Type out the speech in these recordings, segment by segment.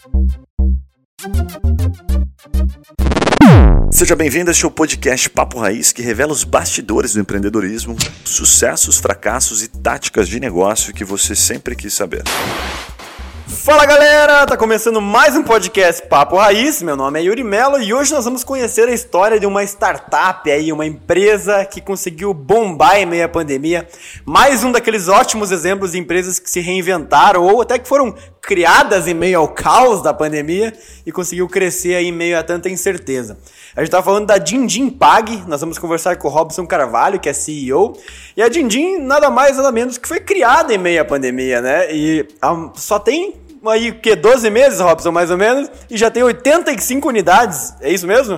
Seja bem-vindo a este podcast Papo Raiz, que revela os bastidores do empreendedorismo, sucessos, fracassos e táticas de negócio que você sempre quis saber. Fala galera, tá começando mais um podcast Papo Raiz, meu nome é Yuri Mello e hoje nós vamos conhecer a história de uma startup aí, uma empresa que conseguiu bombar em meio à pandemia, mais um daqueles ótimos exemplos de empresas que se reinventaram ou até que foram criadas em meio ao caos da pandemia e conseguiu crescer aí em meio a tanta incerteza. A gente tá falando da Dindim Pag, nós vamos conversar com o Robson Carvalho, que é CEO, e a Dindim nada mais nada menos que foi criada em meio à pandemia, né? E só tem aí, o quê? 12 meses, Robson, mais ou menos, e já tem 85 unidades, é isso mesmo?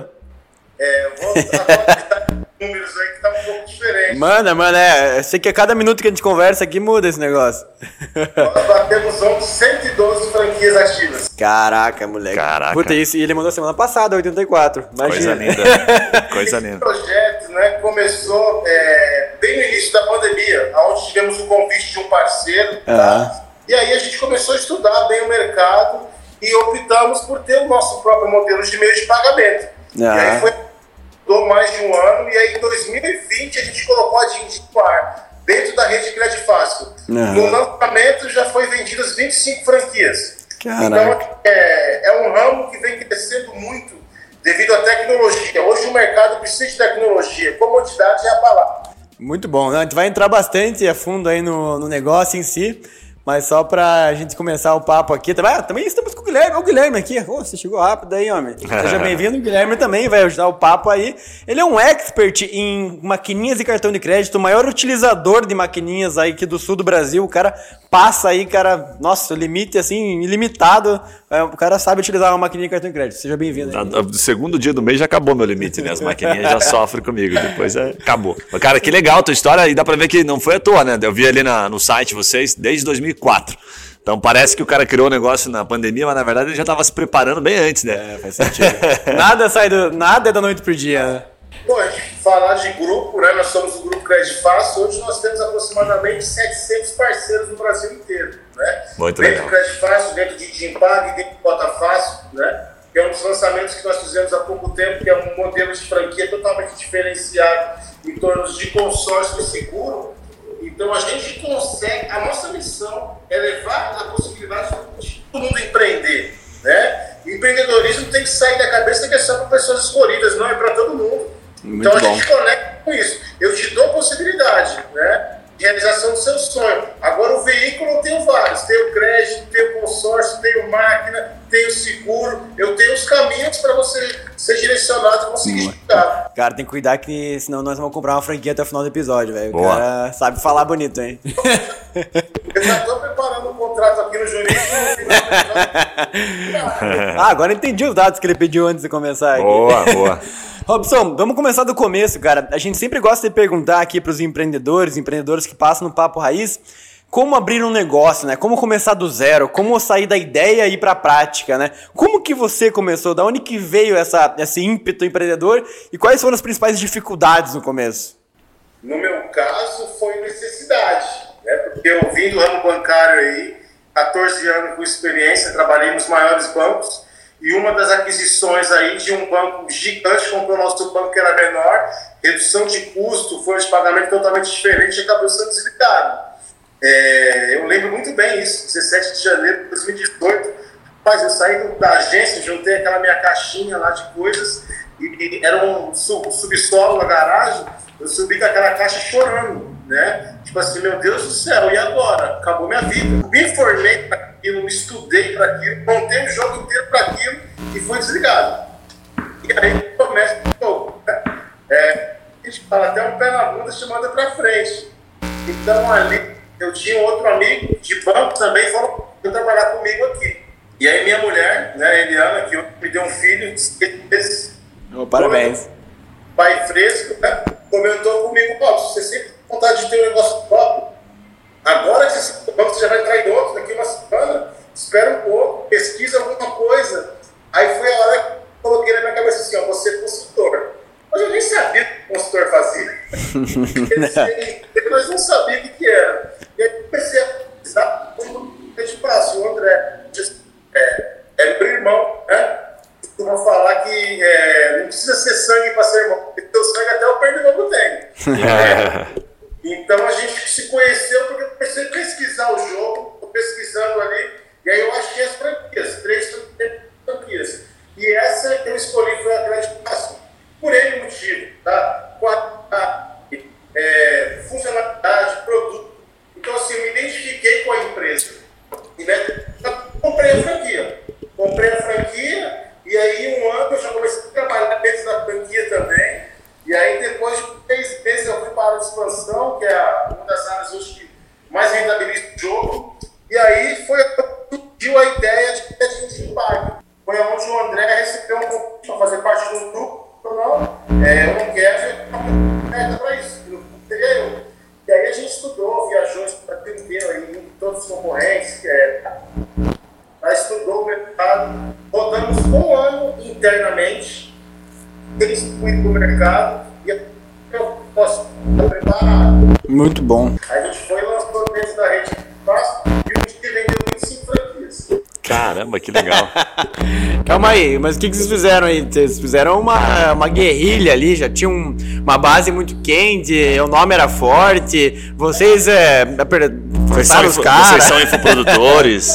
Eu vou agora números aí que tá um pouco diferente. Mano, eu sei que a cada minuto que a gente conversa aqui muda esse negócio. Nós batemos ontem 112 franquias ativas. Caraca, moleque. Caraca. Puta, isso, e ele mandou semana passada, 84. Imagina. Coisa linda. Coisa linda. O projeto, né, começou bem no início da pandemia, onde tivemos o convite de um parceiro, tá? E aí a gente começou a estudar bem o mercado e optamos por ter o nosso próprio modelo de meio de pagamento. E aí durou mais de um ano, e aí em 2020 a gente colocou a Dindim no ar, dentro da rede Crédito Fácil. No lançamento já foi vendidas 25 franquias. Caraca. Então é um ramo que vem crescendo muito devido à tecnologia. Hoje o mercado precisa de tecnologia, comodidade é a palavra. Muito bom, né? A gente vai entrar bastante a fundo aí no negócio em si. Mas só pra gente começar o papo aqui, também estamos com o Guilherme. Olha o Guilherme aqui. Você chegou rápido aí, homem. Seja bem-vindo. O Guilherme também vai ajudar o papo aí. Ele é um expert em maquininhas e cartão de crédito, o maior utilizador de maquininhas aí aqui do sul do Brasil. O cara passa aí, nossa, limite assim, ilimitado. O cara sabe utilizar uma maquininha de cartão de crédito. Seja bem-vindo aí. No segundo dia do mês já acabou meu limite, né? As maquininhas já sofrem comigo, depois acabou. Mas, cara, que legal a tua história, e dá pra ver que não foi à toa, né? Eu vi ali no site vocês desde 2004. Então parece que o cara criou o negócio na pandemia, mas na verdade ele já estava se preparando bem antes, né? Faz sentido. Nada é da noite pro dia, né? Bom, a gente falar de grupo, né? Nós somos o Grupo Crédito Fácil. Hoje nós temos aproximadamente 700 parceiros no Brasil inteiro, né? Muito dentro legal. do Crédito Fácil, dentro de Dindim Pag, dentro do Cota Fácil, né? Que é um dos lançamentos que nós fizemos há pouco tempo, que é um modelo de franquia totalmente diferenciado em torno de consórcio e seguro. Então a gente consegue, a nossa missão é levar a possibilidade de todo mundo empreender, né? O empreendedorismo tem que sair da cabeça que é só para pessoas escolhidas, não é para todo mundo. Muito então bom. A gente conecta com isso. Eu te dou possibilidade, né? De realização do seu sonho. Agora o veículo eu tenho vários, tenho crédito, tenho consórcio, tenho máquina, tenho seguro, eu tenho os caminhos para você ser direcionado e conseguir chegar. Cara, tem que cuidar que senão nós vamos comprar uma franquia até o final do episódio, velho. O Boa. cara sabe falar bonito, hein? Eu já estou preparando um contrato aqui no jurídico. Agora eu entendi os dados que ele pediu antes de começar aqui. Boa. Robson, vamos começar do começo, cara. A gente sempre gosta de perguntar aqui pros empreendedores que passam no Papo Raiz, como abrir um negócio, né? Como começar do zero, como sair da ideia e ir pra prática, né? Como que você começou? Da onde que veio esse ímpeto empreendedor e quais foram as principais dificuldades no começo? No meu caso, foi necessidade, né? Porque eu vim do ramo bancário aí, 14 anos com experiência, trabalhei nos maiores bancos, e uma das aquisições aí de um banco gigante comprou nosso banco que era menor, redução de custo, folha de pagamento totalmente diferente e acabou sendo desligado. Eu lembro muito bem isso, 17 de janeiro de 2018, rapaz, eu saí da agência, juntei aquela minha caixinha lá de coisas, e era um subsolo na garagem, eu subi com aquela caixa chorando, né? Tipo assim, meu Deus do céu, e agora? Acabou minha vida. Me formei para aquilo, me estudei para aquilo, montei o jogo inteiro para aquilo e foi desligado. E aí começa o jogo. A gente fala até um pé na bunda te manda para frente. Então ali eu tinha um outro amigo de banco também, falou para trabalhar comigo aqui. E aí minha mulher, né, Eliana, que me deu um filho de 6 meses. Parabéns. Pai fresco, né? Comentou comigo, você sempre tem vontade de ter um negócio próprio. Agora que você já vai entrar em outro, daqui uma semana, espera um pouco, pesquisa alguma coisa. Aí foi a hora que eu coloquei na minha cabeça assim, você é consultor. Mas eu nem sabia o que o consultor fazia. Nós não sabíamos o que era. E aí comecei a pesquisar como o André é costumo falar que não precisa ser sangue para ser irmão, porque teu sangue até o pernilongo tem. Então a gente se conheceu porque eu comecei a pesquisar o jogo, estou pesquisando ali, e aí eu achei as franquias, 3 franquias. E essa que eu escolhi foi a Atlético Passo, por N motivo, tá? Funcionalidade, produto. Então assim, eu me identifiquei com a empresa. E, né, comprei a franquia, e aí um ano eu já comecei a trabalhar dentro da franquia também. E aí depois de 3 meses eu fui para a área de expansão, que é uma das áreas hoje que mais rentabiliza o jogo. E aí surgiu a ideia de a gente pagar. Foi onde o André recebeu um convite para fazer parte do grupo. Não, eu não quero para isso, não seria eu. E aí a gente estudou, viajou o Brasil inteiro, aí, todos os concorrentes, estudou o mercado, rodamos um ano internamente, eles fui para o mercado e eu posso estar preparado. Muito bom. A gente foi e lançou dentro da rede fácil e a gente vendeu 25 franquias. Caramba, que legal. Calma aí, mas o que vocês fizeram aí? Vocês fizeram uma guerrilha ali, já tinha uma base muito quente, o nome era forte, vocês forçaram os caras. Vocês são infoprodutores.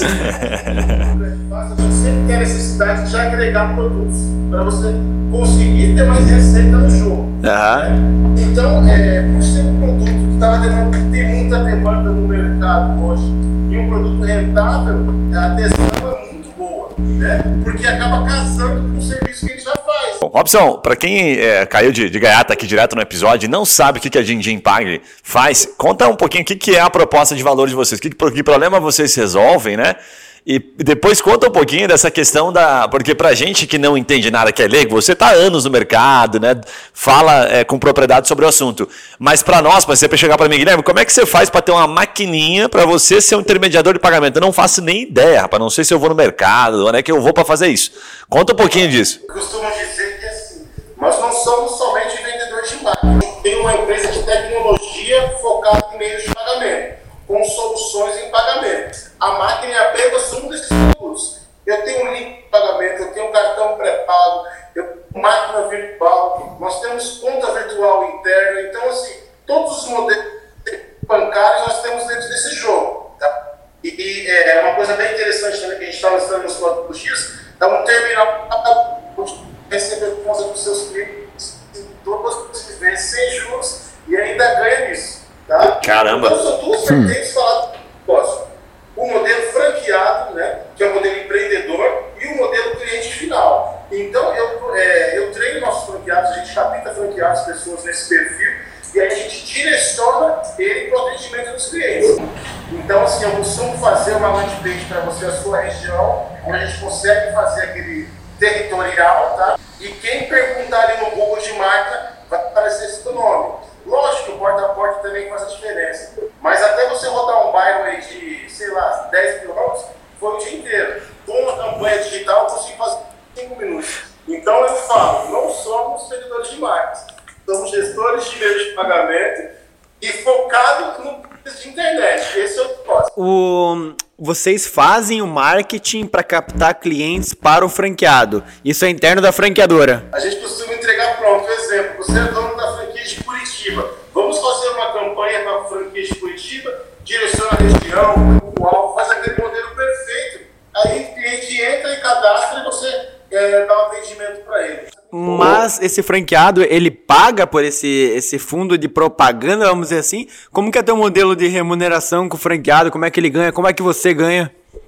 A gente sempre tem a necessidade de agregar produtos, para você conseguir ter mais receita no jogo. Né? Então, por ser um produto que tem muita demanda no mercado hoje, e um produto rentável, a adesão é muito boa, né? Porque acaba casando com o serviço que ele já faz. Bom, Robson, para quem caiu de gaiata aqui direto no episódio e não sabe o que a Din Pague faz, conta um pouquinho o que é a proposta de valor de vocês, que problema vocês resolvem, né? E depois conta um pouquinho dessa questão porque pra gente que não entende nada, que é leigo, você tá há anos no mercado, né? Fala com propriedade sobre o assunto. Mas pra nós, pra você chegar pra mim, Guilherme, como é que você faz pra ter uma maquininha pra você ser um intermediador de pagamento? Eu não faço nem ideia, rapaz. Não sei se eu vou no mercado, onde é que eu vou pra fazer isso. Conta um pouquinho disso. Eu costumo dizer que assim, nós não somos somente vendedores de máquina. Tem uma empresa de tecnologia focada em meios de pagamento, com soluções em pagamento. A máquina é apenas um desses produtos. Eu tenho um link de pagamento, eu tenho um cartão pré-pago, eu tenho máquina virtual, nós temos conta virtual interna. Então, assim, todos os modelos bancários nós temos dentro desse jogo. Tá? E é uma coisa bem interessante também que a gente está lançando nos próximos dias, é um terminal para receber conta dos seus clientes, todas as vezes sem juros, e ainda ganha nisso. Tá? Caramba! Então, são duas vertentes faladas do negócio. O modelo franqueado, né, que é o modelo empreendedor, e o modelo cliente final. Então, eu treino nossos franqueados, a gente capta franqueados, pessoas nesse perfil, e aí a gente direciona ele para o atendimento dos clientes. Então, assim, eu costumo fazer uma landing page para você, a sua região, onde a gente consegue fazer aquele territorial, tá? E quem perguntar ali no Google de marca, vai aparecer esse nome. Lógico que o porta a porta também faz a diferença, mas até você rodar um bairro aí de, sei lá, 10 quilômetros, foi o dia inteiro. Com uma campanha digital, eu consigo fazer 5 minutos. Então eu falo, não somos vendedores de marcas, somos gestores de meios de pagamento e focados no business de internet. Esse é o propósito. Vocês fazem o marketing para captar clientes para o franqueado. Isso é interno da franqueadora. A gente costuma entregar pronto. Por exemplo, você é dono da franquia de Curitiba. Vamos fazer uma campanha para a franquia de Curitiba, direciona a região, o alvo, faz aquele modelo perfeito. Aí o cliente entra e cadastra e você dá um atendimento para ele. Mas esse franqueado, ele paga por esse fundo de propaganda, vamos dizer assim? Como que é teu modelo de remuneração com o franqueado? Como é que ele ganha? Como é que você ganha?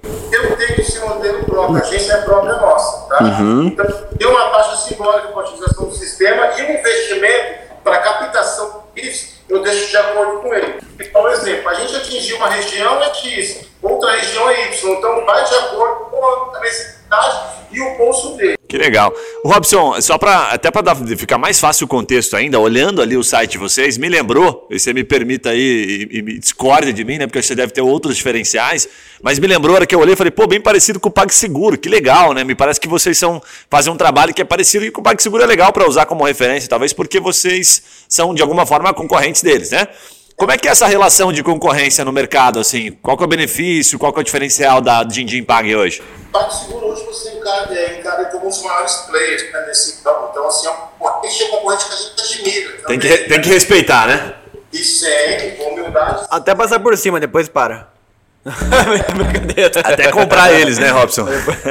Eu tenho esse modelo próprio, a agência é própria nossa, tá? Então, tem uma taxa simbólica para a utilização do sistema e um investimento para captação disso, eu deixo de acordo com ele. Então, por exemplo, a gente atingiu uma região é X, outra região é Y, então vai de acordo com a necessidade e o bolso dele. Que legal. O Robson, só até para ficar mais fácil o contexto ainda, olhando ali o site de vocês, me lembrou, e você me permita aí e me discorde de mim, né? Porque você deve ter outros diferenciais, mas me lembrou, a hora que eu olhei, falei, pô, bem parecido com o PagSeguro, que legal, né? Me parece que vocês fazem um trabalho que é parecido e que o PagSeguro é legal para usar como referência, talvez porque vocês são, de alguma forma, concorrentes deles, né? Como é que é essa relação de concorrência no mercado, assim? Qual que é o benefício, qual que é o diferencial da Dindim Pag hoje? PagSeguro hoje você encara como um dos maiores players, né, nesse campo. Então, assim, é um concorrente que a gente admira. Tem que respeitar, né? E sempre, com humildade. Até passar por cima, depois para. Brincadeira. Até comprar eles, né, Robson?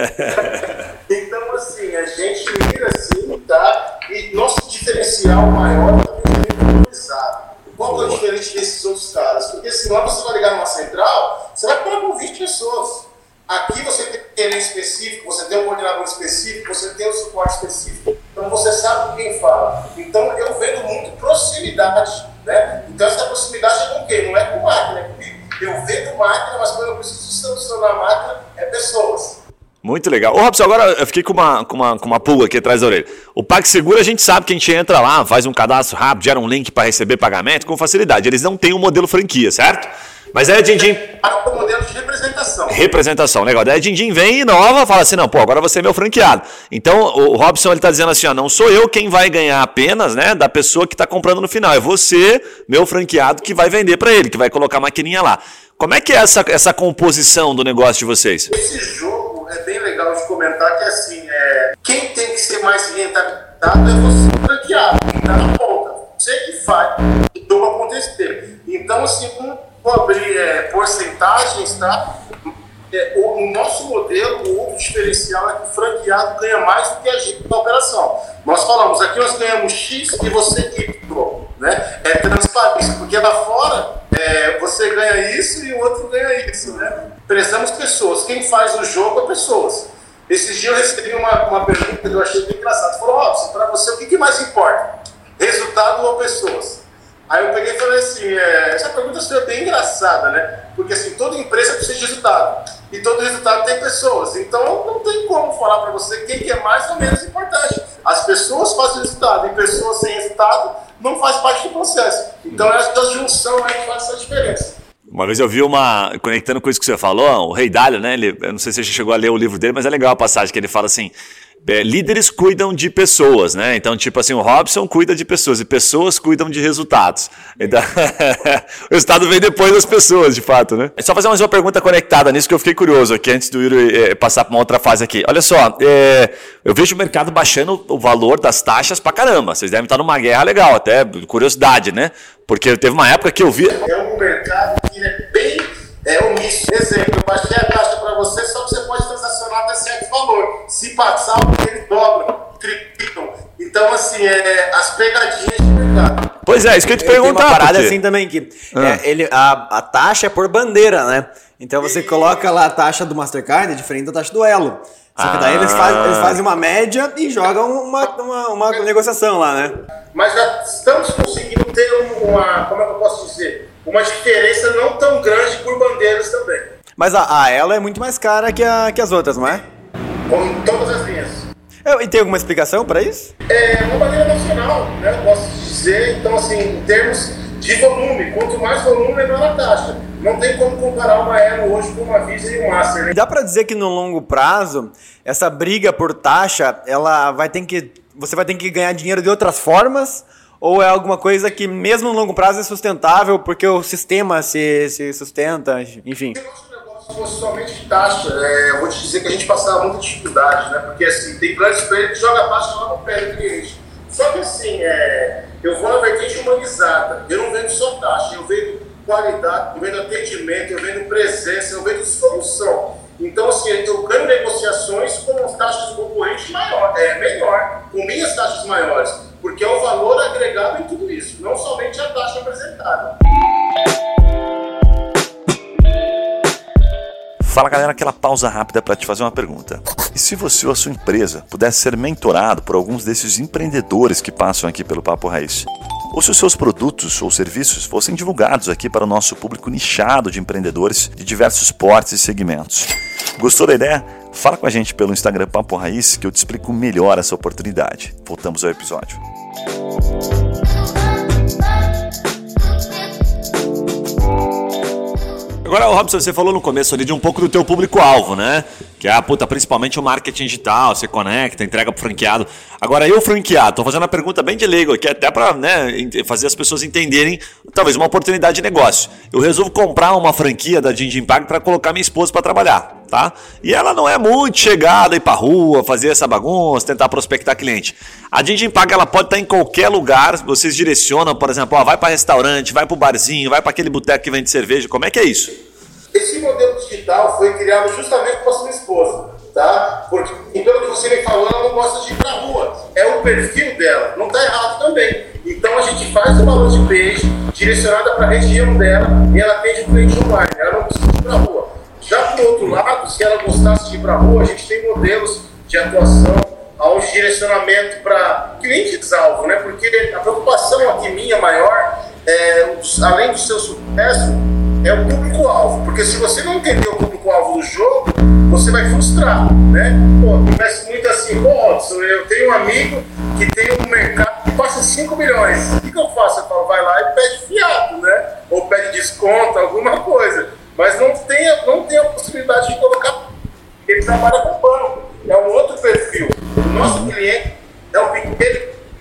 Então, assim, a gente mira assim, tá? E nosso diferencial maior é o valorizado. Qual que é o diferente desses outros caras? Porque senão você vai ligar numa central, você vai falar com 20 pessoas. Aqui você tem um gerente específico, você tem um coordenador específico, você tem um suporte específico. Então você sabe com quem fala. Então eu vendo muito proximidade, né? Então essa proximidade é com quem? Não é com máquina, é comigo. Eu vendo máquina, mas quando eu preciso solucionar a máquina, é pessoas. Muito legal. Ô, Robson, agora eu fiquei com uma pulga aqui atrás da orelha. O PagSeguro, a gente sabe que a gente entra lá, faz um cadastro rápido, gera um link para receber pagamento com facilidade. Eles não têm um modelo franquia, certo? Mas aí a Dindim... É um modelo de representação. Representação, legal. Daí a Dindim vem e inova, fala assim, não, pô, agora você é meu franqueado. Então, o Robson, ele tá dizendo assim, ó, não sou eu quem vai ganhar apenas, né, da pessoa que está comprando no final. É você, meu franqueado, que vai vender para ele, que vai colocar a maquininha lá. Como é que é essa composição do negócio de vocês? Esse jogo é bem legal de comentar que, assim, quem tem que ser mais rentabilizado é você, o franqueado, que está na ponta. Você que faz o jogo acontecer. Então, assim, vou abrir porcentagens, tá? O nosso modelo, o outro diferencial é que o franqueado ganha mais do que a gente na operação. Nós falamos, aqui nós ganhamos X e você Y, né? É transparência, porque lá fora você ganha isso e o outro ganha isso, né? Prezamos pessoas, quem faz o jogo é pessoas. Esses dias eu recebi uma pergunta que eu achei bem engraçada. Falou, Robson, para você o que mais importa? Resultado ou pessoas? Aí eu peguei e falei assim, essa pergunta é bem engraçada, né? Porque assim, toda empresa precisa de resultado. E todo resultado tem pessoas. Então não tem como falar para você quem que é mais ou menos importante. As pessoas fazem resultado e pessoas sem resultado não faz parte do processo. Então é essa junção aí que faz essa diferença. Uma vez eu vi conectando com isso que você falou, o Rei Dalio, né? Eu não sei se você chegou a ler o livro dele, mas é legal a passagem que ele fala assim, líderes cuidam de pessoas, né? Então, tipo assim, o Robson cuida de pessoas e pessoas cuidam de resultados. Então, o resultado vem depois das pessoas, de fato, né? É só fazer mais uma pergunta conectada nisso que eu fiquei curioso aqui, antes do Yuri passar para uma outra fase aqui. Olha só, eu vejo o mercado baixando o valor das taxas pra caramba. Vocês devem estar numa guerra legal, até curiosidade, né? Porque teve uma época que eu vi... É um mercado que é bem omisso. Exemplo, eu baixei a taxa para você, só que você pode transacionar até certo valor. Se passar, eles dobram, triplicam. Então, assim, as pegadinhas de mercado. Pois é, isso que eu ia te perguntar. Tem uma parada assim também, que a taxa é por bandeira, né? Então você coloca lá a taxa do Mastercard, é diferente da taxa do Elo. Só que daí eles fazem uma média e jogam uma negociação lá, né? Mas já estamos conseguindo ter como é que eu posso dizer? Uma diferença não tão grande por bandeiras também. Mas a Elo é muito mais cara que as outras, não é? Como em todas as linhas. E tem alguma explicação para isso? É uma bandeira nacional, né? Eu posso dizer, então assim, em termos de volume, quanto mais volume, menor a taxa. Não tem como comparar uma Elo hoje com uma Visa e um Master, né? Dá para dizer que no longo prazo, essa briga por taxa, você vai ter que ganhar dinheiro de outras formas? Ou é alguma coisa que mesmo no longo prazo é sustentável porque o sistema se sustenta, enfim? Se o nosso negócio fosse somente taxa, eu vou te dizer que a gente passava muita dificuldade, né? Porque assim, tem grandes players que jogam a taxa lá no pé do cliente. Só que assim, eu vou na vertente humanizada. Eu não vendo só taxa, eu vendo qualidade, eu vendo atendimento, eu vendo presença, eu vendo solução. Então, assim, eu ganho negociações com as taxas do concorrente menor, com minhas taxas maiores, porque é o valor agregado em tudo isso, não somente a taxa apresentada. Fala galera, aquela pausa rápida para te fazer uma pergunta. E se você ou a sua empresa pudesse ser mentorado por alguns desses empreendedores que passam aqui pelo Papo Raiz? Ou se os seus produtos ou serviços fossem divulgados aqui para o nosso público nichado de empreendedores de diversos portes e segmentos? Gostou da ideia? Fala com a gente pelo Instagram Papo Raiz que eu te explico melhor essa oportunidade. Voltamos ao episódio. Agora, Robson, você falou no começo ali de um pouco do teu público-alvo, né? Que é, principalmente o marketing digital, você conecta, entrega pro franqueado. Agora, eu franqueado, tô fazendo uma pergunta bem de leigo aqui, até para, né, fazer as pessoas entenderem, talvez, uma oportunidade de negócio. Eu resolvo comprar uma franquia da Din Din Pague para colocar minha esposa para trabalhar, tá? E ela não é muito chegada, ir pra rua, fazer essa bagunça, tentar prospectar cliente. A Din Din Pague, ela pode estar em qualquer lugar, vocês direcionam, por exemplo, vai para restaurante, vai pro barzinho, vai para aquele boteco que vende cerveja, como é que é isso? Esse modelo digital foi criado justamente com a sua esposa, tá? Porque, pelo que você me falou, ela não gosta de ir pra rua. É o perfil dela, não tá errado também. Então a gente faz uma landing page direcionada para a região dela e ela atende o cliente online. Ela não precisa ir pra rua. Já por outro lado, se ela gostasse de ir pra rua, a gente tem modelos de atuação onde direcionamento para clientes-alvo, né? Porque a preocupação aqui minha maior além do seu sucesso, é o público-alvo, porque se você não entender o público-alvo do jogo, você vai frustrar, né? Pô, acontece muito assim, Watson, eu tenho um amigo que tem um mercado que passa 5 milhões. O que eu faço? Eu falo, vai lá e pede fiado, né? Ou pede desconto, alguma coisa. Mas não tem a possibilidade de colocar. Ele trabalha com banco, é um outro perfil. O nosso cliente é o pequeno,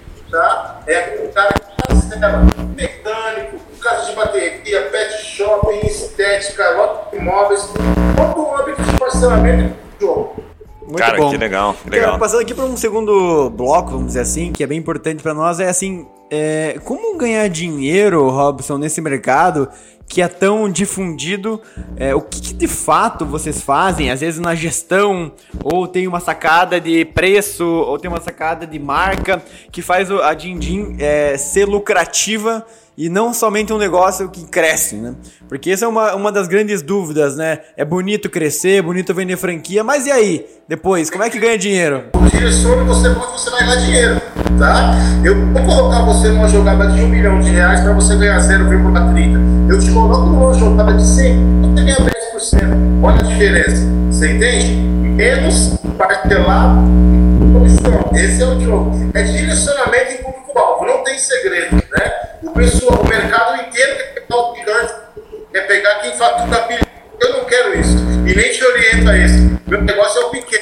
tá? É aquele cara que cancela, mecânico, casa de bateria, pet shopping, estética, loja de imóveis, todo o âmbito de parcelamento do jogo. Muito cara, bom. que legal, que Cara, legal. passando aqui para um segundo bloco, vamos dizer assim, que é bem importante para nós, é assim, como ganhar dinheiro, Robson, nesse mercado que é tão difundido, o que de fato vocês fazem, às vezes na gestão, ou tem uma sacada de preço, ou tem uma sacada de marca, que faz a Din Din ser lucrativa e não somente um negócio que cresce, né? Porque essa é uma das grandes dúvidas, né? É bonito crescer, bonito vender franquia, mas e aí? Depois, como é que ganha dinheiro? O direciona você vai ganhar dinheiro, tá? Eu vou colocar você numa jogada de R$1 milhão para você ganhar 0,30. Eu te coloco numa jogada de 100, você ganha 10%. Olha a diferença, você entende? Menos parcelado, comissão. Esse é o jogo. É direcionamento em público-alvo, não tem segredo, né? O mercado inteiro quer pegar o gigante, quer pegar quem fatura a bilhão. Eu não quero isso. E nem te oriento a isso. Meu negócio é o pequeno.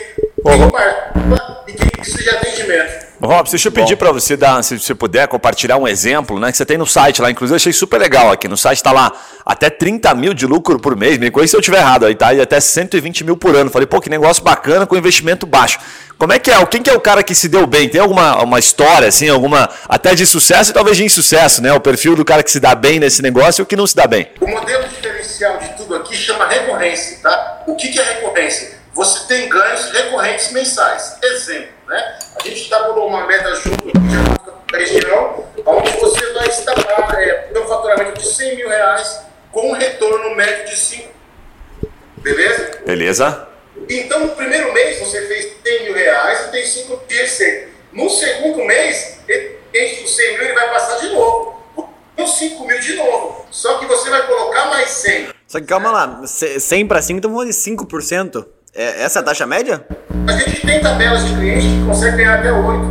E quem precisa de atendimento. Robson, deixa eu pedir para você se você puder compartilhar um exemplo, né? Que você tem no site lá, inclusive eu achei super legal aqui. No site está lá até 30 mil de lucro por mês. Me corrija se eu estiver errado, aí tá? E até 120 mil por ano. Falei, pô, que negócio bacana com investimento baixo. Como é que é? Quem que é o cara que se deu bem? Tem uma história, assim, alguma até de sucesso e talvez de insucesso, né? O perfil do cara que se dá bem nesse negócio e o que não se dá bem. O modelo diferencial de tudo aqui chama recorrência, tá? O que é recorrência? Você tem ganhos recorrentes mensais. Exemplo, né? A gente tabulou uma meta junto da região, onde você vai instalar um faturamento de R$100 mil com um retorno médio de 5. Beleza? Beleza. Então, no primeiro mês, você fez R$100 mil e tem 5 dias sem. No segundo mês, entre os 100 mil, ele vai passar de novo. Os 5 mil de novo. Só que você vai colocar mais 100. Só que calma lá, 100 para 5, estamos falando de 5%. Essa é a taxa média? A gente tem tabelas de clientes que conseguem ganhar até 8,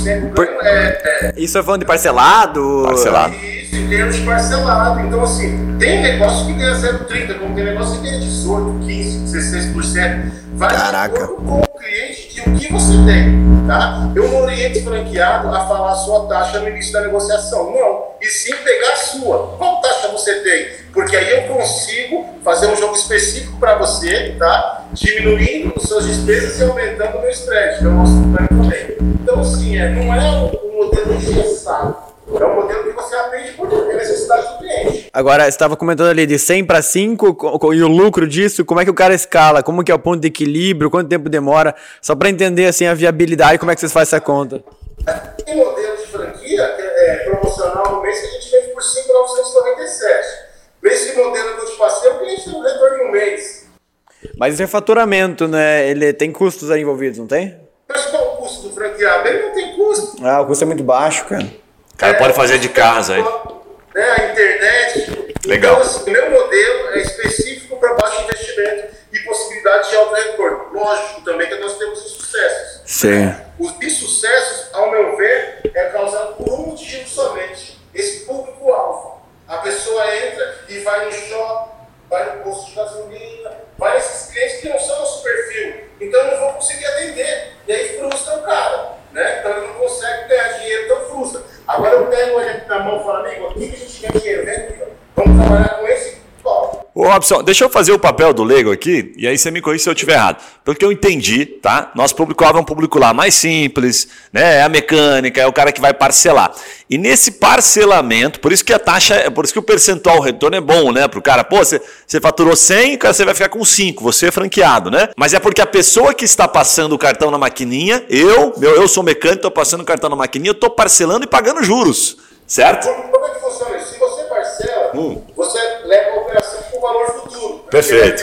9%. Isso é falando de parcelado? Parcelado. Isso, em termos de parcelado. Então, assim, tem negócio que ganha 0,30%, como tem negócio que ganha 18%, 15%, 16%. Vai de acordo com o cliente e o que você tem, tá? Eu não oriento franqueado a falar a sua taxa no início da negociação, não. E sim pegar a sua. Qual taxa você tem? Porque aí eu consigo fazer um jogo específico para você, tá? Diminuindo as suas despesas e aumentando o meu spread, que é o nosso plano também. Então, assim, não é um modelo engessado. É um modelo que você aprende por necessidade do cliente. Agora, você estava comentando ali de 100 para 5 e o lucro disso, como é que o cara escala? Como que é o ponto de equilíbrio? Quanto tempo demora? Só para entender assim, a viabilidade, como é que vocês fazem essa conta? Tem modelo de franquia promocional no mês que a gente vende por 5.997. Nesse modelo que eu te passei, o cliente tem um retorno em um mês. Mas isso é faturamento, né? Ele tem custos aí envolvidos, não tem? Mas qual é o custo do franqueado? Ele não tem custo. Ah, o custo é muito baixo, cara. O cara pode fazer de casa aí. Né, a internet. Legal. Então, assim, o meu modelo é específico para baixo investimento e possibilidade de alto retorno. Lógico também que nós temos insucessos. Sim. Os insucessos, ao meu ver, é causado por um motivo somente. Esse público-alvo. A pessoa entra e vai no shopping, vai no posto de gasolina, vai nesses clientes que não são nosso perfil. então eu não vou conseguir atender. E aí frustra o cara, né? Então ele não consegue ganhar dinheiro, então frustra. Agora eu pego ele na mão e falo, amigo, aqui que a gente ganha dinheiro, vem, vamos trabalhar com esse top. Ô Robson, deixa eu fazer o papel do leigo aqui, e aí você me corrige se eu estiver errado. Pelo que eu entendi, tá? Nosso público-alvo é um público lá mais simples, né? É a mecânica, é o cara que vai parcelar. E nesse parcelamento, por isso que a taxa, por isso que o percentual retorno é bom, né? Pro cara, pô, você faturou 100, cara, você vai ficar com 5, você é franqueado, né? Mas é porque a pessoa que está passando o cartão na maquininha, eu sou mecânico, estou passando o cartão na maquininha, eu estou parcelando e pagando juros, certo? Como é que funciona isso? Se você parcela, você leva a operação com valor futuro. Perfeito.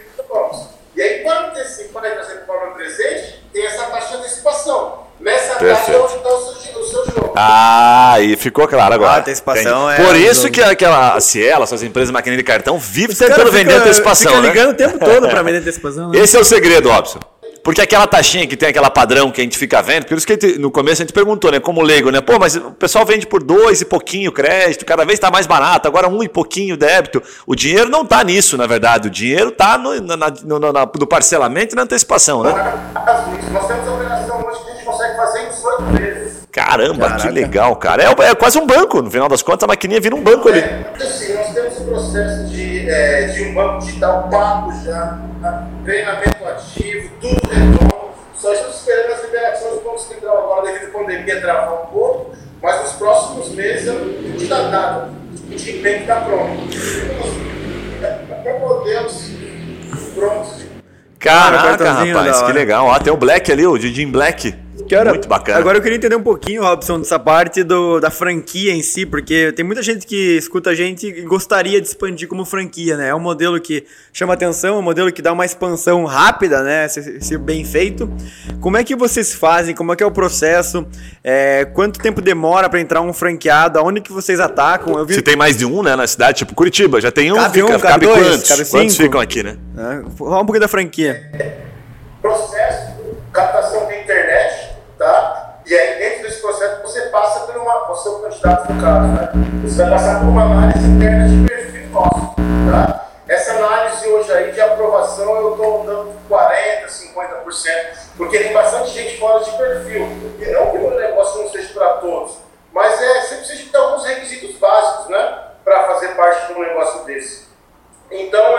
E aí, quando antecipar e trazer para o valor presente, tem essa taxa de antecipação. Nessa Perfeito. taxa é onde está o seu jogo. Ah, aí ficou claro agora. A antecipação Entendi. é Por isso jogo. que a Cielo, essas empresas de maquininha de cartão, vivem Os caras tentando vender antecipação, fica né? ligando o tempo todo pra vender antecipação. Né? Esse é o segredo, Robson. Porque aquela taxinha que tem aquela padrão que a gente fica vendo, por isso que no começo a gente perguntou, né, como leigo, né? Pô, mas o pessoal vende por 2 e pouquinho crédito, cada vez está mais barato, agora 1 e pouquinho débito. O dinheiro não está nisso, na verdade. O dinheiro está no parcelamento e na antecipação, né? Nós temos a operação hoje que a gente consegue fazer em 18 meses. Caramba, Caraca. que legal, cara. É quase um banco. No final das contas, a maquininha vira um banco ali. Assim, nós temos o processo de um banco digital pago já, treinamento ativo, tudo redondo. Só estamos esperando as liberações do Banco Central agora, devido à pandemia, travar um pouco, mas nos próximos meses eu não te dá nada. O desempenho está pronto. Até modelos prontos. Caraca, cartãozinho rapaz, da que hora. legal. Ó, tem o Black ali, o Didi Black. Cara, muito bacana. Agora eu queria entender um pouquinho, Robson, dessa parte da franquia em si, porque tem muita gente que escuta a gente e gostaria de expandir como franquia, né? É um modelo que chama atenção, é um modelo que dá uma expansão rápida, né? Se bem feito. Como é que vocês fazem? Como é que é o processo? Quanto tempo demora para entrar um franqueado? Aonde que vocês atacam? Eu vi... Se tem mais de um, né, na cidade, tipo Curitiba, já tem um, Cabe dois, quantos? cabe Quantos 5? ficam aqui, né? Fala um pouquinho da franquia. Processo, captação de internet, tá? E aí dentro desse processo você passa por você é o candidato no caso, né? Você vai passar por uma análise interna de perfil nosso, tá? Essa análise hoje aí de aprovação eu estou dando 40%, 50%, porque tem bastante gente fora de perfil. E não que o negócio não seja para todos, mas você precisa ter alguns requisitos básicos, né? Para fazer parte de um negócio desse. Então,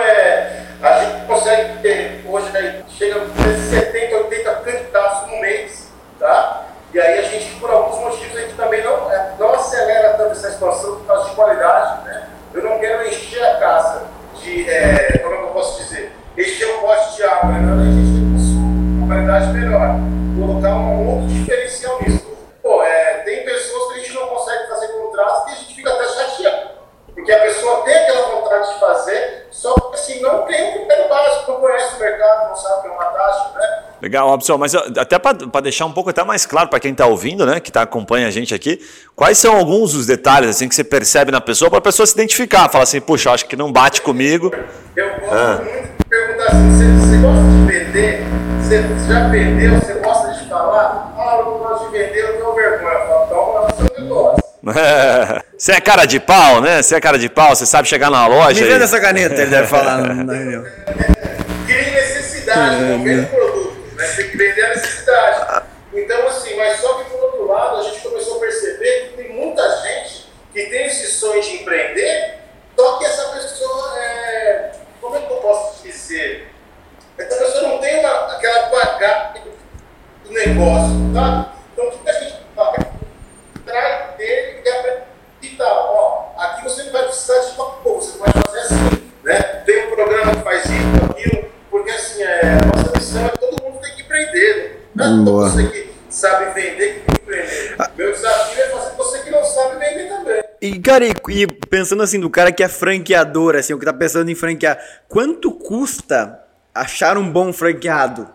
a gente consegue ter, hoje chega a 70, 80 candidatos no mês, tá? E aí a gente, por alguns motivos, a gente também não acelera tanto essa expansão por causa de qualidade, né? Eu não quero encher a casa de, como é que eu posso dizer? Encher o pote de água, né? A gente tem que uma qualidade melhor, colocar um outro diferencial nisso. Pô, tem pessoas que a gente não consegue fazer contrato e a gente fica até chateado. Porque a pessoa tem aquela vontade de fazer, só que assim, não tem o critério básico, não conhece o mercado, não sabe o que é uma taxa, né? Legal, Robson, mas até para deixar um pouco até mais claro para quem está ouvindo, né, que acompanha a gente aqui, quais são alguns dos detalhes assim que você percebe na pessoa para a pessoa se identificar, falar assim, puxa, acho que não bate comigo. Eu gosto muito de perguntar assim, você gosta de vender? Você já vendeu? Você gosta de falar? Ah, eu não gosto de vender, eu tenho vergonha. Eu falo, então é o seu negócio. Você é cara de pau, né? Você é cara de pau, você sabe chegar na loja. Me vende essa caneta, ele deve falar na reunião. Cria necessidade, não vende produto, né? Tem que vender a necessidade. Então, assim, mas só que por outro lado, a gente começou a perceber que tem muita gente que tem esse sonho de empreender, só que essa pessoa, como é que eu posso dizer? Essa pessoa não tem aquela bagagem do negócio, sabe? Então, o que a gente faz? Traz dele e aprende e tal. Ó, aqui você não vai precisar de uma coisa, você pode fazer assim, né? Tem um programa que faz isso, aquilo, porque assim, a nossa missão é todo mundo tem que empreender, né? Não é só você que sabe vender que tem que empreender. Meu desafio é fazer você que não sabe vender também. E, cara, e pensando assim, do cara que é franqueador, assim, o que tá pensando em franquear, quanto custa achar um bom franqueado?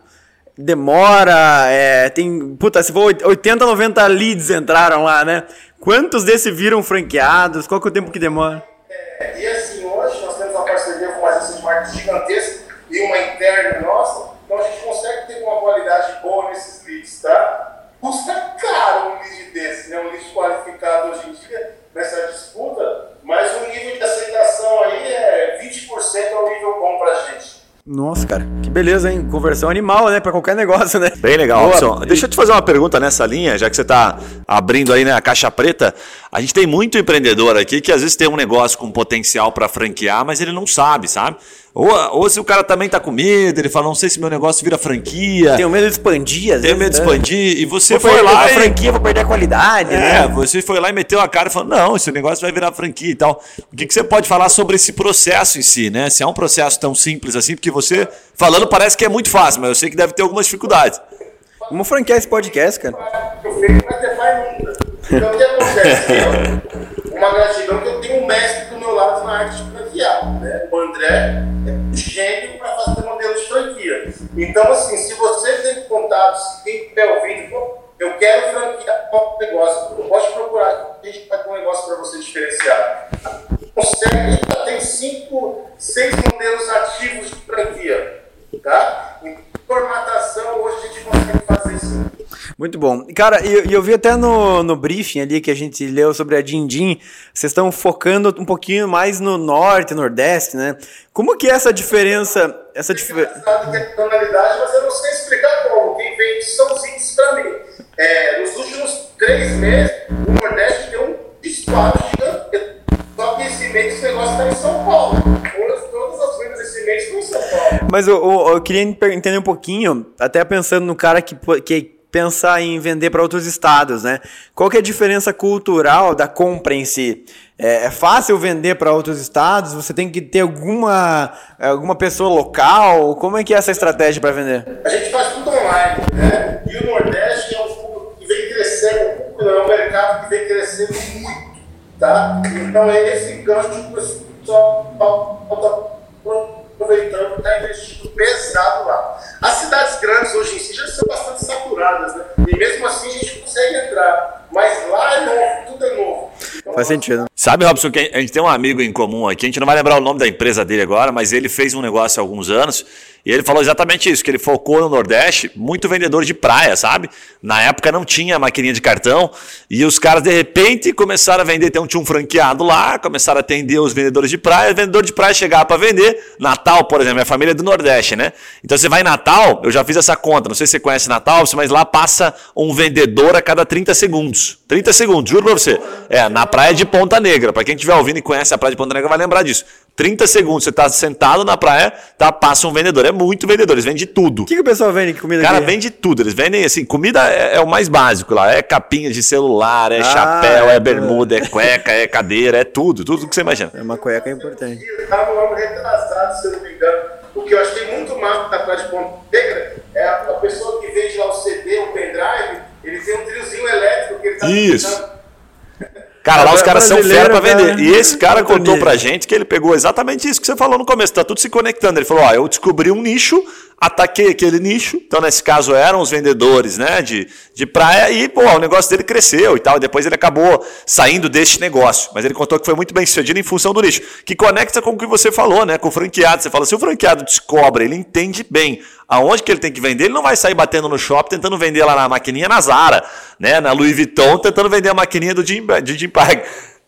Demora, tem... Puta, se for 80, 90 leads entraram lá, né? Quantos desses viram franqueados? Qual que é o tempo que demora? E assim, hoje nós temos uma parceria com uma agência de marketing gigantesca e uma interna nossa, então a gente consegue ter uma qualidade boa nesses leads, tá? Custa caro um lead desse, né? Um lead qualificado hoje em dia, nessa disputa, mas o nível de aceitação aí 20% é um nível bom pra gente. Nossa, cara, que beleza, hein? Conversão animal, né? Pra qualquer negócio, né? Bem legal, Robson. Deixa eu te fazer uma pergunta nessa linha, já que você está abrindo aí, né, a caixa preta. A gente tem muito empreendedor aqui que às vezes tem um negócio com potencial para franquear, mas ele não sabe? Ou se o cara também tá com medo, ele fala, não sei se meu negócio vira franquia. Tenho medo de expandir, às vezes. Tenho medo de expandir. E você Vou foi perder lá a franquia, vou perder a qualidade, né? Você foi lá e meteu a cara e falou, não, esse negócio vai virar franquia e tal. O que você pode falar sobre esse processo em si, né? Se é um processo tão simples assim, porque você falando parece que é muito fácil, mas eu sei que deve ter algumas dificuldades. Vamos franquear esse podcast, cara. Eu fiz, vai ter pai nunca. Então o que acontece? Uma gratidão que eu tenho um mestre do meu lado na arte de franquear, né? O André é gênio para fazer modelo de franquia. Então, assim, se você tem contatos, quem estiver ouvindo, eu quero franquear um negócio, eu posso procurar, a gente vai ter um negócio para você diferenciar. Consegue, já tem 5, 6 modelos ativos de franquia, tá? Em formatação, hoje a gente consegue fazer isso. Muito bom. Cara, eu vi até no briefing ali que a gente leu sobre a Dindim, vocês estão focando um pouquinho mais no norte, nordeste, né? Como que é essa diferença? Sabe que é tonalidade, mas eu não sei explicar como. Quem vende são os índices para mim. Nos últimos 3 meses, o Nordeste deu um disparo gigante. Só que esse mês esse negócio está em São Paulo. Todas as vendas desse mês estão em São Paulo. Mas eu queria entender um pouquinho, até pensando no cara que pensar em vender para outros estados, né? Qual que é a diferença cultural da compra em si? É fácil vender para outros estados? Você tem que ter alguma pessoa local? Como é que é essa estratégia para vender? A gente faz tudo online, né? E o Nordeste é um público que vem crescendo, é um mercado que vem crescendo muito, tá? Então é esse gancho que o pessoal está aproveitando, está investindo pesado lá. As cidades grandes hoje em si já são bastante saturadas, né? E mesmo assim a gente consegue entrar. Mas lá é novo, tudo é novo. Então, faz sentido. Sabe, Robson, que a gente tem um amigo em comum aqui, a gente não vai lembrar o nome da empresa dele agora, mas ele fez um negócio há alguns anos e ele falou exatamente isso, que ele focou no Nordeste, muito vendedor de praia, sabe? Na época não tinha maquininha de cartão e os caras de repente começaram a vender, tinha um franqueado lá, começaram a atender os vendedores de praia, o vendedor de praia chegava para vender. Natal, por exemplo, minha família é do Nordeste, né? Então você vai em Natal, eu já fiz essa conta, não sei se você conhece Natal, mas lá passa um vendedor a cada 30 segundos. 30 segundos, juro pra você. Na praia de Ponta Negra. Pra quem estiver ouvindo e conhece a praia de Ponta Negra vai lembrar disso. 30 segundos, você tá sentado na praia, passa um vendedor. É muito vendedor, eles vendem de tudo. O que o pessoal vende de comida? Cara, vende tudo. Eles vendem assim, comida é o mais básico lá. É capinha de celular, chapéu, é bermuda, é cueca, é cadeira, é tudo que você imagina. Uma cueca é importante. Eu tava no ano retrasado, se eu não me engano. O que eu achei muito massa da praia de Ponta Negra é a pessoa que vende lá o CD, o pendrive, ele tem um triozinho elétrico que ele tá Isso. Cara, lá os caras são fera pra vender. E esse cara contou pra gente que ele pegou exatamente isso que você falou no começo. Tá tudo se conectando. Ele falou, eu descobri um nicho, ataquei aquele nicho. Então, nesse caso, eram os vendedores, né, de praia. E, o negócio dele cresceu e tal. E depois ele acabou saindo deste negócio. Mas ele contou que foi muito bem sucedido em função do nicho. Que conecta com o que você falou, né, com o franqueado. Você fala, se o franqueado descobre, ele entende bem aonde que ele tem que vender, ele não vai sair batendo no shopping tentando vender lá na maquininha na Zara, né, na Louis Vuitton, tentando vender a maquininha do Jim Park.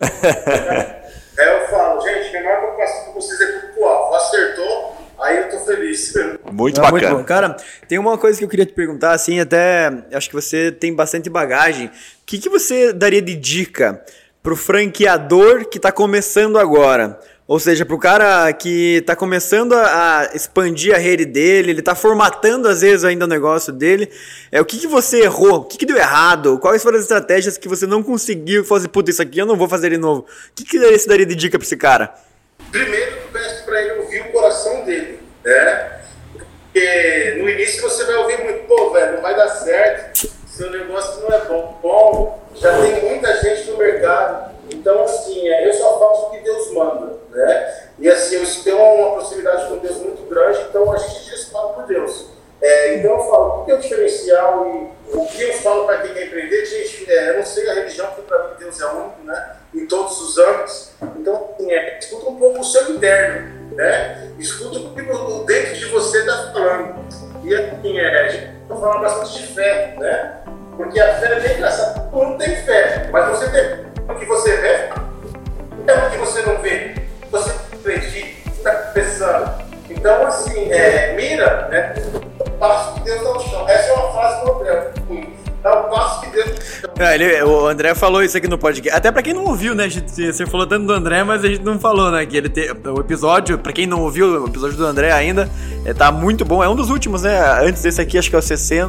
Eu falo, gente, menor preocupação com vocês é pontual. Acertou, aí eu tô feliz. Muito bacana. Muito bom. Cara, tem uma coisa que eu queria te perguntar, assim, até acho que você tem bastante bagagem. O que você daria de dica pro franqueador que tá começando agora? Ou seja, para o cara que está começando a expandir a rede dele, ele está formatando às vezes ainda o negócio dele, o que você errou? O que deu errado? Quais foram as estratégias que você não conseguiu fazer? Puta, isso aqui eu não vou fazer de novo. O que você daria de dica para esse cara? Primeiro, eu peço para ele ouvir o coração dele, né? Porque no início você vai ouvir muito, velho, não vai dar certo, seu negócio não é bom, já tem muita gente no mercado. Então, assim, eu só faço o que Deus manda, né? E assim, eu tenho uma proximidade com Deus muito grande, então a gente diz fala por Deus. Então eu falo, o que é o diferencial e o que eu falo para quem quer empreender, gente, eu não sei a religião, porque para mim Deus é único, né? Em todos os âmbitos. Então, assim, escuta um pouco o seu interno, né? Escuta o que dentro de você está falando. E assim, a gente vai falar bastante de fé, né? Porque a fé é bem engraçada, todo mundo tem fé, mas você tem o que você vê, é o que você não vê. Você acredita, está pensando. Então, assim, mira, né? O passo que Deus dá no chão. Essa é uma frase do André. É o passo que Deus dá no chão. O André falou isso aqui no podcast. Até pra quem não ouviu, né? Você falou tanto do André, mas a gente não falou, né? Que o episódio, pra quem não ouviu, o episódio do André ainda tá muito bom. É um dos últimos, né? Antes desse aqui, acho que é o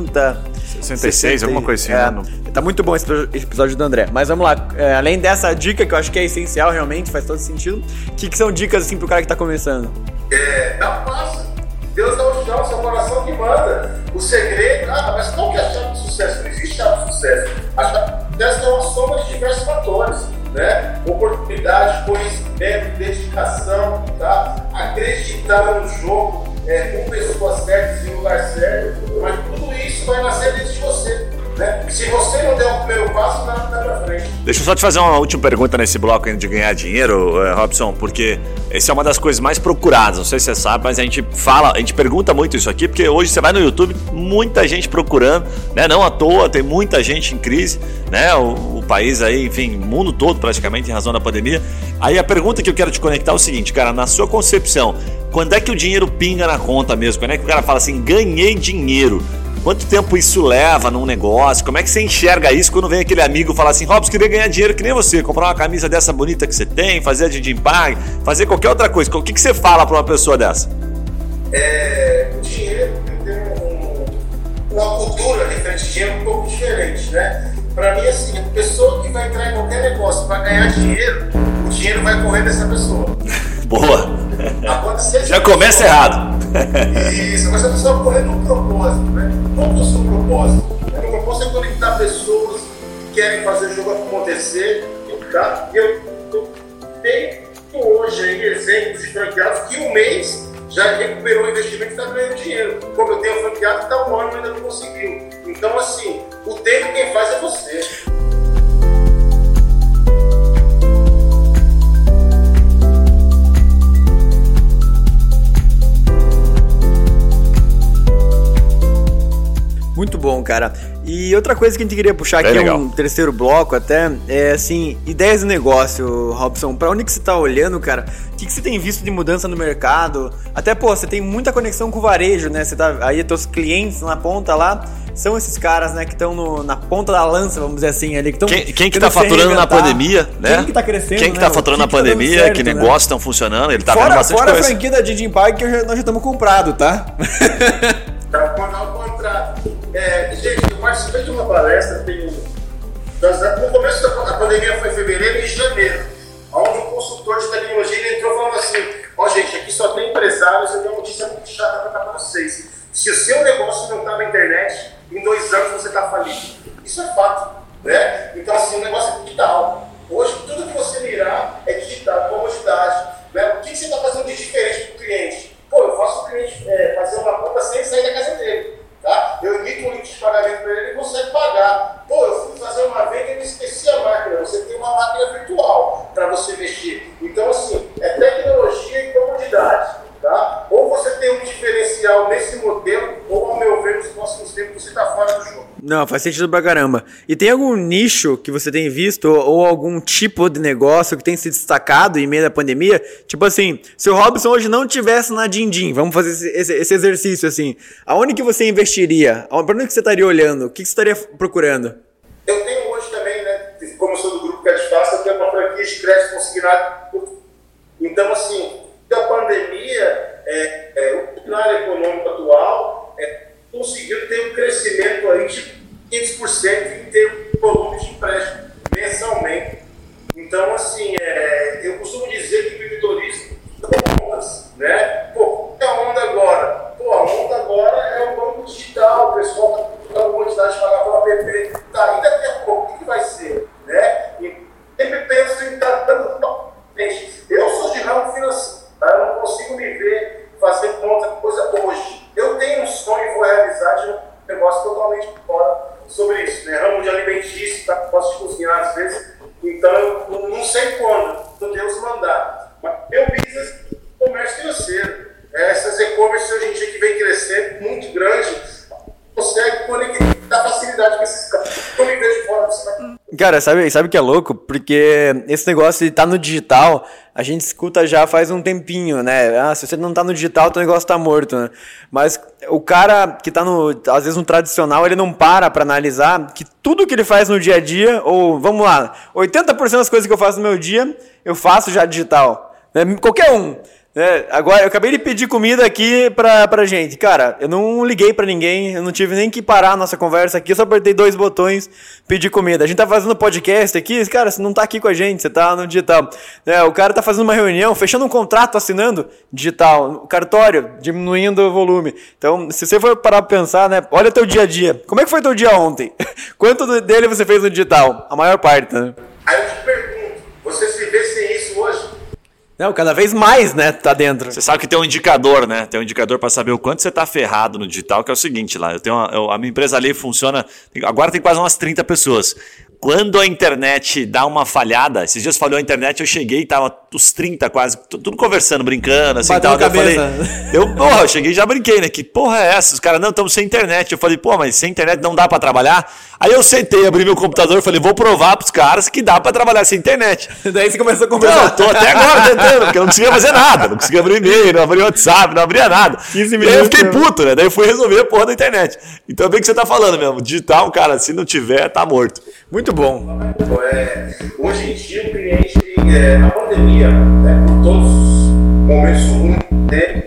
66, alguma coisa assim, né? Tá muito bom esse episódio do André. Mas vamos lá. Além dessa dica, que eu acho que é essencial, realmente, faz todo sentido. O que são dicas, assim, pro cara que tá começando? Dá um passo. Deus dá o chão, seu coração que manda. O segredo, mas qual que é a chave do sucesso? Não existe chave do sucesso. A chave do sucesso é uma soma de diversos fatores, né? Oportunidade, conhecimento, dedicação, tá? Acreditar no jogo, com pessoas certas e no lugar certo. Mas tudo isso vai nascer dentro de você, né? Se você não der o primeiro passo, nada vai pra frente. Deixa eu só te fazer uma última pergunta nesse bloco ainda de ganhar dinheiro, Robson, porque essa é uma das coisas mais procuradas, não sei se você sabe, mas a gente pergunta muito isso aqui, porque hoje você vai no YouTube, muita gente procurando, né? Não à toa, tem muita gente em crise, né? O país aí, enfim, o mundo todo praticamente em razão da pandemia. Aí a pergunta que eu quero te conectar é o seguinte, cara, na sua concepção, quando é que o dinheiro pinga na conta mesmo? Quando é que o cara fala assim, ganhei dinheiro? Quanto tempo isso leva num negócio? Como é que você enxerga isso quando vem aquele amigo falar assim, Robson, queria ganhar dinheiro que nem você, comprar uma camisa dessa bonita que você tem, fazer a Dindim Pag, fazer qualquer outra coisa. O que você fala para uma pessoa dessa? O dinheiro tem uma cultura referente ao dinheiro um pouco diferente, né? Para mim, assim, a pessoa que vai entrar em qualquer negócio para ganhar dinheiro, o dinheiro vai correr dessa pessoa. Boa! Agora, já começa errado. Isso, mas a pessoa correr no propósito, né? Qual que é o seu propósito? O meu propósito é conectar pessoas que querem fazer o jogo acontecer, tá? E eu tenho hoje aí exemplos de franqueados que um mês já recuperou o investimento e está ganhando dinheiro. Como eu tenho franqueado que está um ano e ainda não conseguiu. Então, assim, o tempo quem faz é você. Muito bom, cara. E outra coisa que a gente queria puxar aqui, um terceiro bloco até, é assim, ideias de negócio, Robson. Pra onde que você tá olhando, cara? O que você tem visto de mudança no mercado? Até, você tem muita conexão com o varejo, né? Você tá aí, teus clientes na ponta lá, são esses caras, né, que estão na ponta da lança, vamos dizer assim, ali. Quem que tá faturando na pandemia, né? Quem que tá crescendo, Quem que tá faturando na pandemia, certo, que negócios estão funcionando, ele tá vendo bastante coisa. Fora a franquia franquia da Dindim Pag, que nós já estamos comprado, tá? Tá com o contrato. Gente, eu participei de uma palestra, no começo da pandemia foi em fevereiro e janeiro, onde um consultor de tecnologia ele entrou falando assim, gente, aqui só tem empresários, eu tenho uma notícia muito chata para dar para vocês. Se o seu negócio não está na internet, em 2 anos você está falido. Isso é fato, né? Então, assim, o negócio é digital. Hoje, tudo que você mirar é digital, comodidade. Né? O que você está fazendo de diferente para o cliente? Eu faço o cliente fazer uma compra sem sair da casa dele. Tá? Eu emito um link de pagamento para ele e consegue pagar. Eu fui fazer uma venda e me esqueci a máquina. Você tem uma máquina virtual para você mexer. Então, assim, é tecnologia e comodidade. Tá? Ou você tem um diferencial nesse modelo, ou, ao meu ver, nos próximos tempos você está fora do jogo. Não, faz sentido pra caramba. E tem algum nicho que você tem visto, ou algum tipo de negócio que tem se destacado em meio da pandemia? Tipo assim, se o Robson hoje não tivesse na Dindim, vamos fazer esse exercício assim, aonde que você investiria? Pra onde que você estaria olhando? O que você estaria procurando? Eu tenho hoje também, né, como eu sou do grupo Crédito Fácil, eu tenho uma franquia de crédito consignado. Então, assim, a pandemia, o cenário econômico atual conseguiu ter um crescimento aí de 500% em termos de volume de empréstimo mensalmente. Então, assim, eu costumo dizer que o empreendedorismo são ondas, né? A onda agora? A onda agora é o banco digital, o pessoal está dando quantidade de pagar pelo app. Tá, e daqui a pouco, o que vai ser? Né? E sempre penso em estar dando. Eu sou de ramo financeiro. Eu não consigo me ver fazendo outra coisa hoje. Eu tenho um sonho e vou realizar de um negócio totalmente fora sobre isso. Né? Ramo de alimentício, tá? Posso cozinhar às vezes. Então, eu não sei quando Deus mandar. Mas meu business é comércio financeiro. Essas e-commerce hoje em dia que vem crescendo, muito grande, consegue conectar facilidade com esses caras. não me vejo fora desse mercado. Cara, sabe o que é louco? Porque esse negócio de estar no digital, a gente escuta já faz um tempinho, né? Ah, se você não tá no digital, teu negócio tá morto, né? Mas o cara que tá às vezes no tradicional, ele não para analisar que tudo que ele faz no dia a dia, ou vamos lá, 80% das coisas que eu faço no meu dia, eu faço já digital. Né? Qualquer um. Agora, eu acabei de pedir comida aqui pra gente. Cara, eu não liguei pra ninguém, eu não tive nem que parar a nossa conversa aqui, eu só apertei 2 botões, pedi comida. A gente tá fazendo podcast aqui, cara, você não tá aqui com a gente, você tá no digital. O cara tá fazendo uma reunião, fechando um contrato, assinando, digital. Cartório, diminuindo o volume. Então, se você for parar pra pensar, né, olha teu dia a dia. Como é que foi teu dia ontem? Quanto dele você fez no digital? A maior parte, né? Aí eu te pergunto, você se vê sem isso hoje? Não, cada vez mais, né, tá dentro. Você sabe que tem um indicador, né? Tem um indicador para saber o quanto você tá ferrado no digital, que é o seguinte lá. A minha empresa ali funciona. Agora tem quase umas 30 pessoas. Quando a internet dá uma falhada, esses dias falhou a internet, eu cheguei e tava os 30 quase, tudo conversando, brincando, assim, tal. Eu cheguei e já brinquei, né? Que porra é essa? Os caras, não, estamos sem internet. Eu falei, pô, mas sem internet não dá pra trabalhar? Aí eu sentei, abri meu computador e falei, vou provar pros caras que dá pra trabalhar sem internet. Daí você começou a conversar. Não, tô até agora tentando, porque eu não conseguia fazer nada. Não conseguia abrir e-mail, não abria WhatsApp, não abria nada. 15 minutos. E aí eu fiquei puto, né? Daí eu fui resolver a porra da internet. Então bem que você tá falando mesmo. Digital, cara, se não tiver, tá morto. Muito bom. Hoje em dia, o cliente, na pandemia, né, por todos os momentos ruins dele,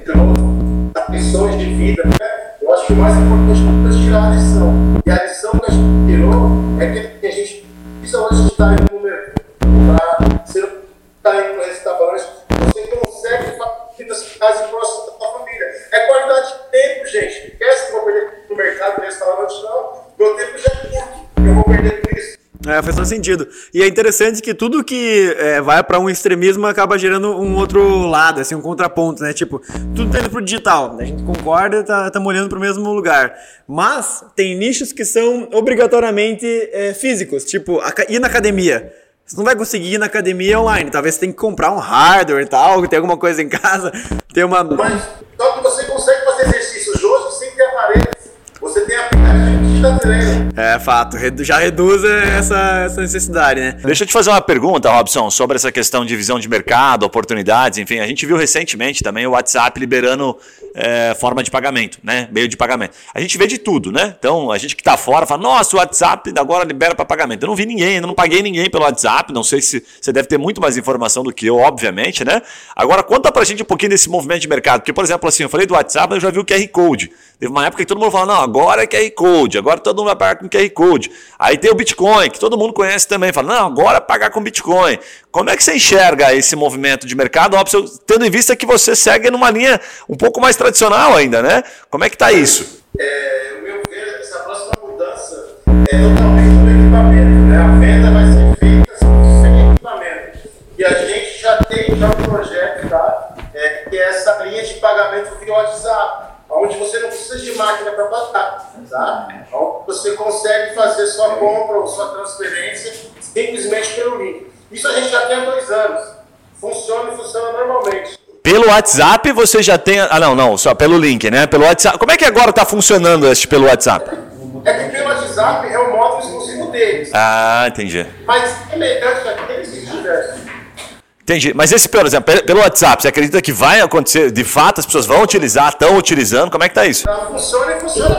as lições de vida, né, eu acho que o mais importante é tirar a lição. E a lição que a gente tirou é que a gente precisa hoje estar no mercado. Para ser em restaurantes, você consegue fazer das casas próximas da sua família. É qualidade de tempo, gente. Esquece que eu vou perder no mercado, no restaurante, não. Meu tempo já é curto. Eu vou perder por isso. Faz todo sentido. E é interessante que tudo que vai para um extremismo acaba gerando um outro lado, assim, um contraponto, né? Tipo, tudo tá indo pro digital. A gente concorda, estamos olhando pro mesmo lugar. Mas tem nichos que são obrigatoriamente físicos, tipo, ir na academia. Você não vai conseguir ir na academia online. Talvez você tenha que comprar um hardware e tal, ter alguma coisa em casa, ter uma... Mas só que você consegue fazer exercícios hoje sem ter aparelhos. Você tem aplicativo que te dá treino. É fato, já reduz essa necessidade, né? Deixa eu te fazer uma pergunta, Robson, sobre essa questão de visão de mercado, oportunidades, enfim. A gente viu recentemente também o WhatsApp liberando forma de pagamento, né? Meio de pagamento. A gente vê de tudo, né? Então, a gente que tá fora fala, nossa, o WhatsApp agora libera para pagamento. Eu não vi ninguém, ainda não paguei ninguém pelo WhatsApp, não sei se você deve ter muito mais informação do que eu, obviamente, né? Agora, conta pra gente um pouquinho desse movimento de mercado, porque, por exemplo, assim, eu falei do WhatsApp, mas eu já vi o QR Code. Teve uma época que todo mundo falava, não, agora é QR Code, agora todo mundo vai pagar com QR Code. Aí tem o Bitcoin, que todo mundo conhece também, fala, não, agora é pagar com Bitcoin. Como é que você enxerga esse movimento de mercado, óbvio, tendo em vista que você segue numa linha um pouco mais tradicional ainda, né? Como é que tá isso? O meu ver, essa próxima mudança é totalmente no equipamento, né? A venda vai ser feita sem equipamento. E a gente já tem um projeto, tá? Que é essa linha de pagamento via WhatsApp, onde você não precisa de máquina para pagar, tá? Onde você consegue fazer sua compra ou sua transferência simplesmente pelo link. Isso a gente já tem há 2 anos. Funciona e funciona normalmente. Pelo WhatsApp você já tem... não, só pelo link, né? Pelo WhatsApp. Como é que agora está funcionando este pelo WhatsApp? É que pelo WhatsApp é o modo exclusivo deles. Ah, entendi. Mas é melhor que aqueles que tiverem. Entendi. Mas esse, por exemplo, pelo WhatsApp, você acredita que vai acontecer, de fato, as pessoas vão utilizar, estão utilizando? Como é que tá isso? Funciona e funciona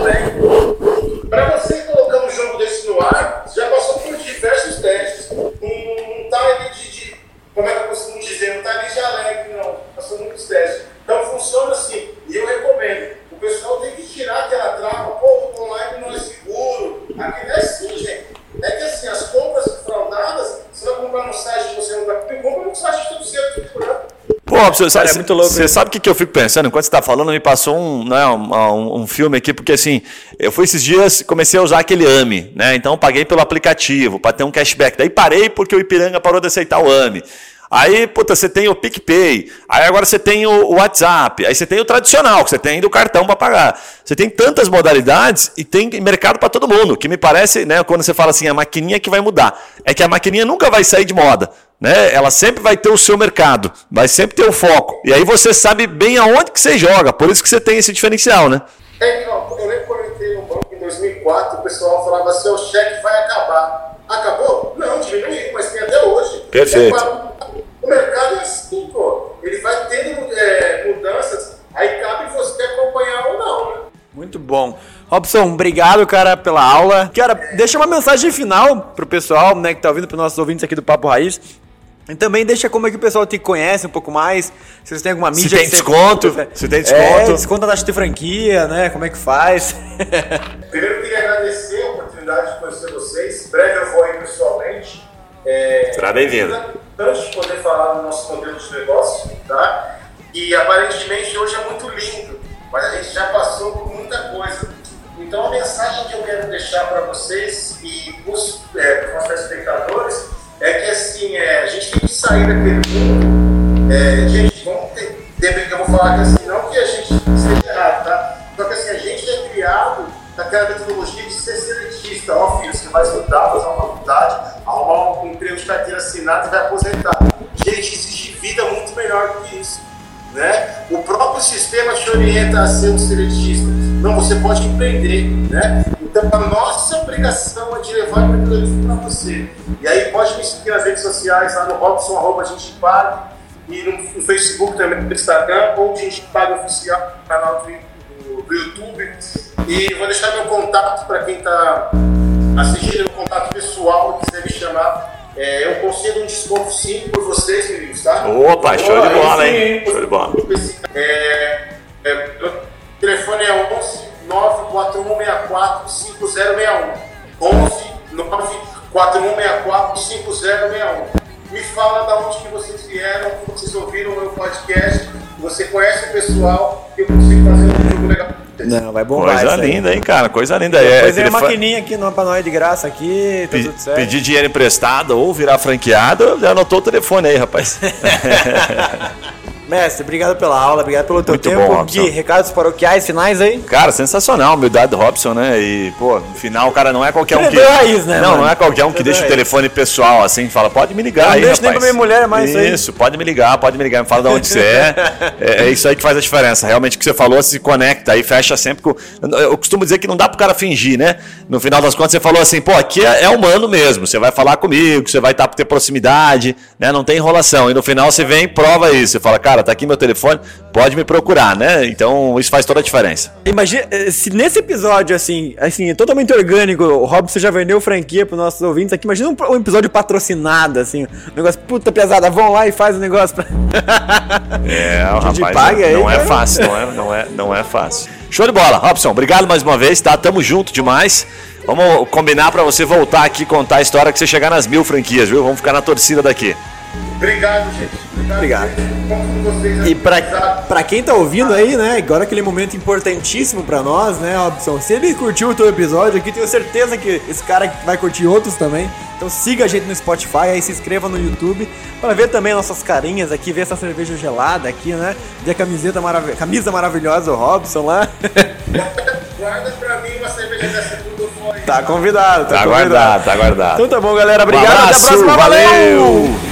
bem. Para você colocar um jogo desse no ar, já passou por diversos testes. Não tá ali de como é que eu costumo dizer, não tá ali de alegre, não. Passou muitos testes. Então funciona assim. E eu recomendo. O pessoal tem que tirar aquela trava. Pô, o online não é seguro. Aqui não é assim, gente. É que assim, as compras fraudadas, você vai comprar no site que você não vai comprar no site que você vai procurar. Pô, você é muito louco. Você sabe o que eu fico pensando? Enquanto você está falando, me passou um filme aqui, porque assim, eu fui esses dias, comecei a usar aquele AMI, né? Então paguei pelo aplicativo para ter um cashback. Daí parei porque o Ipiranga parou de aceitar o AMI. Aí, puta, você tem o PicPay, aí agora você tem o WhatsApp, aí você tem o tradicional, que você tem do cartão para pagar. Você tem tantas modalidades e tem mercado para todo mundo, que me parece, né, quando você fala assim, a maquininha que vai mudar, é que a maquininha nunca vai sair de moda, né? Ela sempre vai ter o seu mercado, vai sempre ter o foco. E aí você sabe bem aonde que você joga, por isso que você tem esse diferencial, né? Eu lembro quando eu entrei no banco em 2004, o pessoal falava assim, o cheque vai acabar. Acabou? Não, diminuiu, mas tem até hoje. Perfeito. O mercado é assim, pô. Ele vai tendo mudanças, aí cabe você acompanhar ou não, né? Muito bom. Robson, obrigado, cara, pela aula. Cara, deixa uma mensagem final pro pessoal, né, que tá ouvindo, pros nossos ouvintes aqui do Papo Raiz. E também deixa como é que o pessoal te conhece um pouco mais. Se vocês têm alguma mídia. Se tem desconto. Se tem desconto. Desconto da taxa de franquia, né? Como é que faz? Primeiro, eu queria agradecer a oportunidade de conhecer vocês. Em breve eu vou aí pessoalmente. Será bem-vindo. É importante poder falar do nosso modelo de negócio, tá? E aparentemente hoje é muito lindo, mas a gente já passou por muita coisa. Então a mensagem que eu quero deixar para vocês e para os telespectadores é que assim, a gente tem que sair daquele mundo. Gente, vamos ter que eu vou falar que assim, não que a gente esteja errado, tá? Só que assim, a gente é criado naquela metodologia de ser seletista. Ó, filho, você vai estudar, fazer uma faculdade, arrumar um emprego de carteira assinada e vai aposentar. Gente, existe vida muito melhor do que isso, né? O próprio sistema te orienta a ser um seletista. Não, você pode empreender, né? Então, a nossa obrigação é de levar o empreendedorismo para você. E aí, pode me seguir nas redes sociais, lá no Robson, @GentePague, e no Facebook também, no Instagram, ou GentePague Oficial, no canal do YouTube. E vou deixar meu contato para quem está assistindo, meu contato pessoal, quiser me chamar. Eu consigo um desconto sim por vocês, meninos, tá? Opa, show de bola, hein? Show de bola. O telefone é 11 94164 5061. 11 94164 5061. Me fala de onde que vocês vieram, que vocês ouviram o meu podcast, você conhece o pessoal, que eu consigo fazer um jogo legal. Não, vai bombar. Coisa linda, hein, cara? Coisa linda. Depois é maquininha aqui pra nós de graça aqui, tá tudo certo. Pedir dinheiro emprestado ou virar franqueado, já anotou o telefone aí, rapaz. Mestre, obrigado pela aula, obrigado pelo teu Muito tempo. bom, Gui, recados paroquiais, finais aí? Cara, sensacional, humildade do Robson, né? E, pô, no final o cara não é qualquer um que... raiz, né, não é qualquer um que deixa o telefone pessoal assim, fala, pode me ligar aí, rapaz. Não deixa nem pra minha mulher mais isso aí. Isso, pode me ligar, me fala de onde você é. É isso aí que faz a diferença. Realmente o que você falou, se conecta aí, fecha sempre com... Eu costumo dizer que não dá pro cara fingir, né? No final das contas você falou assim, pô, aqui é humano mesmo, você vai falar comigo, você vai ter proximidade, né? Não tem enrolação. E no final você vem e prova isso. Você fala, cara, tá aqui meu telefone, pode me procurar, né? Então isso faz toda a diferença. Imagina, se nesse episódio, assim, totalmente orgânico, o Robson já vendeu franquia pros nossos ouvintes aqui, imagina um episódio patrocinado, assim, um negócio puta pesada, vão lá e faz o negócio pra... o rapaz, não é fácil, não é fácil. Show de bola, Robson, obrigado mais uma vez, tá? Tamo junto demais. Vamos combinar pra você voltar aqui e contar a história que você chegar nas 1000 franquias, viu? Vamos ficar na torcida daqui. Obrigado, gente. Obrigado. E pra quem tá ouvindo aí, né, agora aquele momento importantíssimo pra nós, né, Robson, se ele curtiu o teu episódio aqui, tenho certeza que esse cara vai curtir outros também. Então siga a gente no Spotify, aí se inscreva no YouTube para ver também nossas carinhas aqui, ver essa cerveja gelada aqui, né, ver a camisa maravilhosa do Robson lá. Guarda pra mim uma cerveja dessa tudo fora. Tá convidado, tá guardado. Então tá bom, galera, obrigado, abraço, até a próxima, valeu!